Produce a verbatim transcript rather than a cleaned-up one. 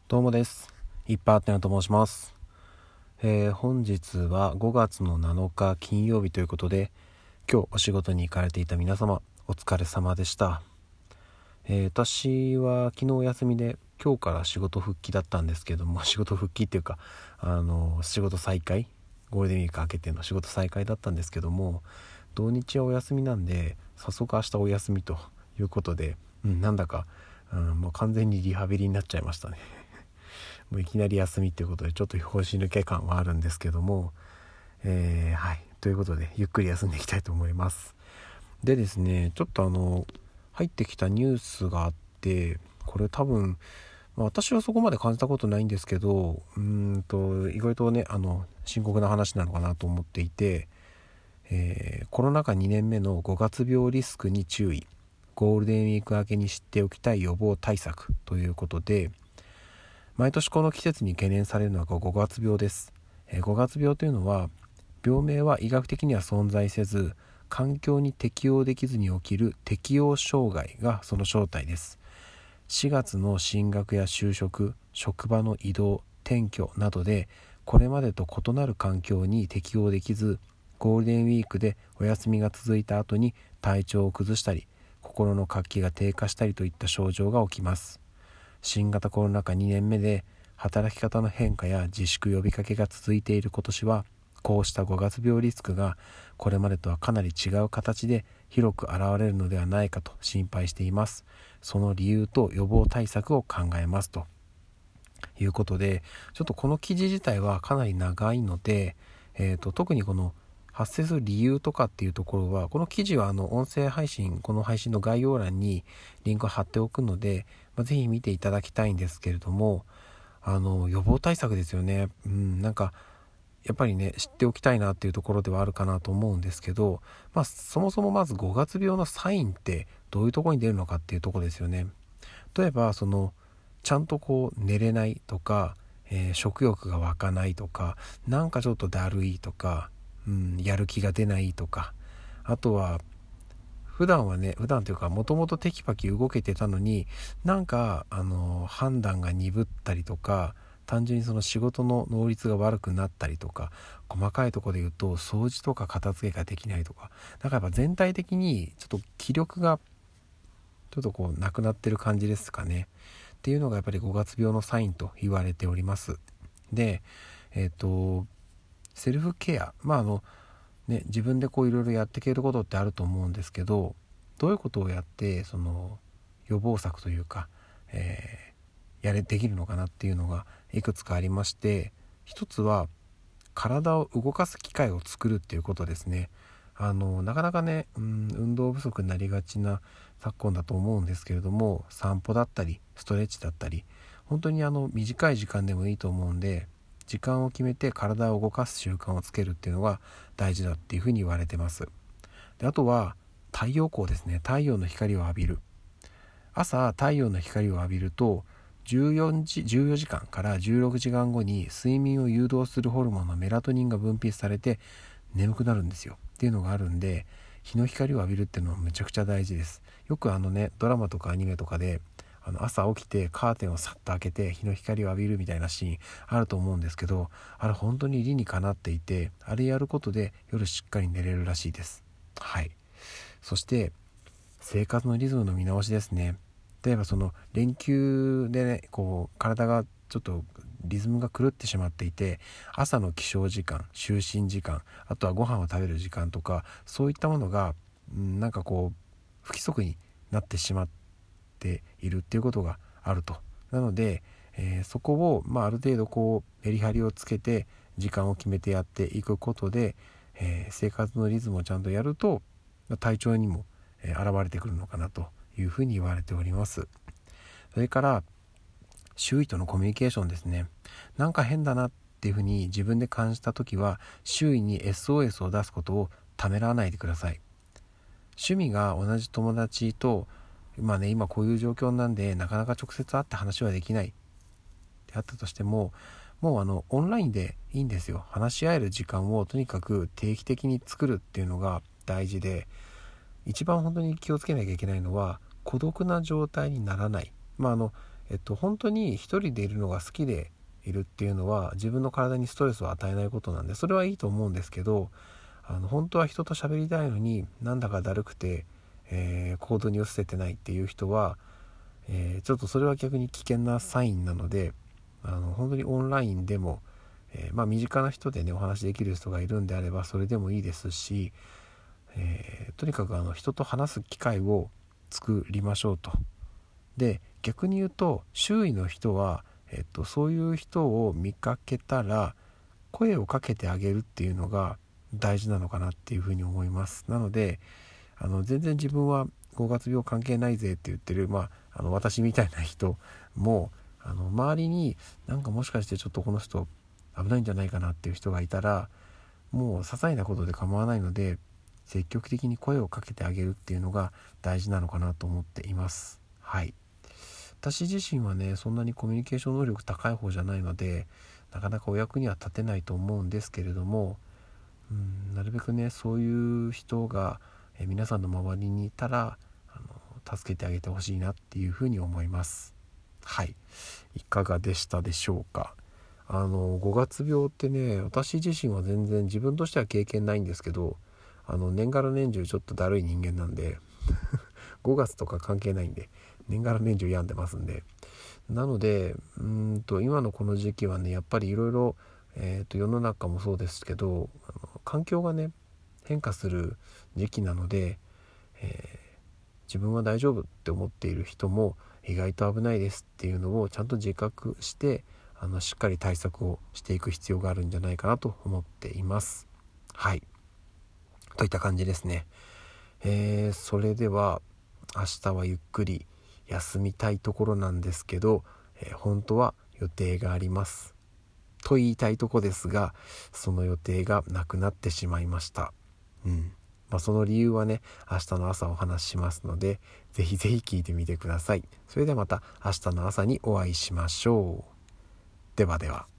どうもです。いっぱいあってなと申します。えー、本日はごがつのなのか金曜日ということで、今日お仕事に行かれていた皆様お疲れ様でした。えー、私は昨日お休みで今日から仕事復帰だったんですけども、仕事復帰っていうかあの仕事再開、ゴールデンウィーク明けての仕事再開だったんですけども、土日はお休みなんで早速明日お休みということで、うん、なんだか、うん、もう完全にリハビリになっちゃいましたね。もういきなり休みということでちょっと拍子抜け感はあるんですけども、えー、はいということでゆっくり休んでいきたいと思います。でですね、ちょっとあの入ってきたニュースがあって、これ多分、まあ、私はそこまで感じたことないんですけど、うーんと意外とねあの深刻な話なのかなと思っていて、えー、コロナ禍にねんめのごがつ病リスクに注意、ゴールデンウィーク明けに知っておきたい予防対策ということで、毎年この季節に懸念されるのがごがつ病です。ごがつ病というのは、病名は医学的には存在せず、環境に適応できずに起きる適応障害がその正体です。しがつの進学や就職、職場の移動、転居などでこれまでと異なる環境に適応できず、ゴールデンウィークでお休みが続いた後に体調を崩したり、心の活気が低下したりといった症状が起きます。新型コロナ禍にねんめで働き方の変化や自粛呼びかけが続いている今年は、こうしたごがつ病リスクがこれまでとはかなり違う形で広く現れるのではないかと心配しています。その理由と予防対策を考えますということで、ちょっとこの記事自体はかなり長いので、えーと、特にこの発生する理由とかっていうところは、この記事はあの音声配信、この配信の概要欄にリンクを貼っておくので、まあ、ぜひ見ていただきたいんですけれども、あの予防対策ですよね。うん、なんかやっぱりね知っておきたいなっていうところではあるかなと思うんですけど、まあそもそもまずごがつ病のサインってどういうところに出るのかっていうところですよね。例えばそのちゃんとこう寝れないとか、えー、食欲が湧かないとか、なんかちょっとだるいとか、うん、やる気が出ないとか、あとは普段はね普段というかもともとテキパキ動けてたのに、なんかあの判断が鈍ったりとか、単純にその仕事の能率が悪くなったりとか、細かいところで言うと掃除とか片付けができないとか、だからやっぱ全体的にちょっと気力がちょっとこうなくなってる感じですかねっていうのがやっぱりごがつ病のサインと言われております。で、えっとセルフケア、まああのね、自分でこういろいろやっていけることってあると思うんですけど、どういうことをやってその予防策というか、えー、やれできるのかなっていうのがいくつかありまして、一つは体を動かす機会を作るっていうことですね。あのなかなかね、うん、運動不足になりがちな昨今だと思うんですけれども、散歩だったりストレッチだったり、本当にあの短い時間でもいいと思うんで、時間を決めて体を動かす習慣をつけるっていうのが大事だっていうふうに言われてます。で、あとは太陽光ですね。太陽の光を浴びる。朝太陽の光を浴びるとじゅうよじ、じゅうよじかんからじゅうろくじかんごに睡眠を誘導するホルモンのメラトニンが分泌されて眠くなるんですよっていうのがあるんで、日の光を浴びるっていうのはめちゃくちゃ大事です。よくあのねドラマとかアニメとかで、あの朝起きてカーテンをさっと開けて日の光を浴びるみたいなシーンあると思うんですけど、あれ本当に理にかなっていて、あれやることで夜しっかり寝れるらしいです。はい。そして生活のリズムの見直しですね。例えばその連休でね、こう体がちょっとリズムが狂ってしまっていて、朝の起床時間、就寝時間、あとはご飯を食べる時間とか、そういったものが、うん、なんかこう不規則になってしまっているっていうことがあると。なので、えー、そこを、まあ、ある程度こうメリハリをつけて時間を決めてやっていくことで、えー、生活のリズムをちゃんとやると体調にも現れてくるのかなというふうに言われております。それから周囲とのコミュニケーションですね。なんか変だなっていうふうに自分で感じたときは、周囲に エスオーエス を出すことをためらわないでください。趣味が同じ友達と、まあね、今こういう状況なんでなかなか直接会って話はできないってあったとしても、もうあのオンラインでいいんですよ。話し合える時間をとにかく定期的に作るっていうのが大事で、一番本当に気をつけなきゃいけないのは孤独な状態にならない。まああのえっと、本当に一人でいるのが好きでいるっていうのは自分の体にストレスを与えないことなんで、それはいいと思うんですけど、あの本当は人と喋りたいのになんだかだるくて、えー、行動に移せてないっていう人は、えー、ちょっとそれは逆に危険なサインなので、あの本当にオンラインでも、えー、まあ身近な人でねお話できる人がいるんであればそれでもいいですし、えー、とにかくあの人と話す機会を作りましょうと。で逆に言うと周囲の人は、えっと、そういう人を見かけたら声をかけてあげるっていうのが大事なのかなっていうふうに思います。なのであの全然自分はごがつ病関係ないぜって言ってる、まあ、あの私みたいな人もあの周りになんかもしかしてちょっとこの人危ないんじゃないかなっていう人がいたら、もう些細なことで構わないので積極的に声をかけてあげるっていうのが大事なのかなと思っています。はい。私自身はねそんなにコミュニケーション能力高い方じゃないのでなかなかお役には立てないと思うんですけれども、うん、なるべくねそういう人がえ皆さんの周りにいたらあの助けてあげてほしいなっていうふうに思います。はい、いかがでしたでしょうか。あのごがつ病ってね私自身は全然自分としては経験ないんですけど、あの年がら年中ちょっとだるい人間なんでごがつとか関係ないんで年がら年中病んでますんで、なのでうーんと今のこの時期はねやっぱりいろいろ世の中もそうですけどあの環境がね変化する時期なので、えー、自分は大丈夫って思っている人も意外と危ないですっていうのをちゃんと自覚してあのしっかり対策をしていく必要があるんじゃないかなと思っています。はい、といった感じですね。えー、それでは明日はゆっくり休みたいところなんですけど、えー、本当は予定がありますと言いたいとこですが、その予定がなくなってしまいました。うんまあ、その理由はね明日の朝お話ししますのでぜひぜひ聞いてみてください。それではまた明日の朝にお会いしましょう。ではでは。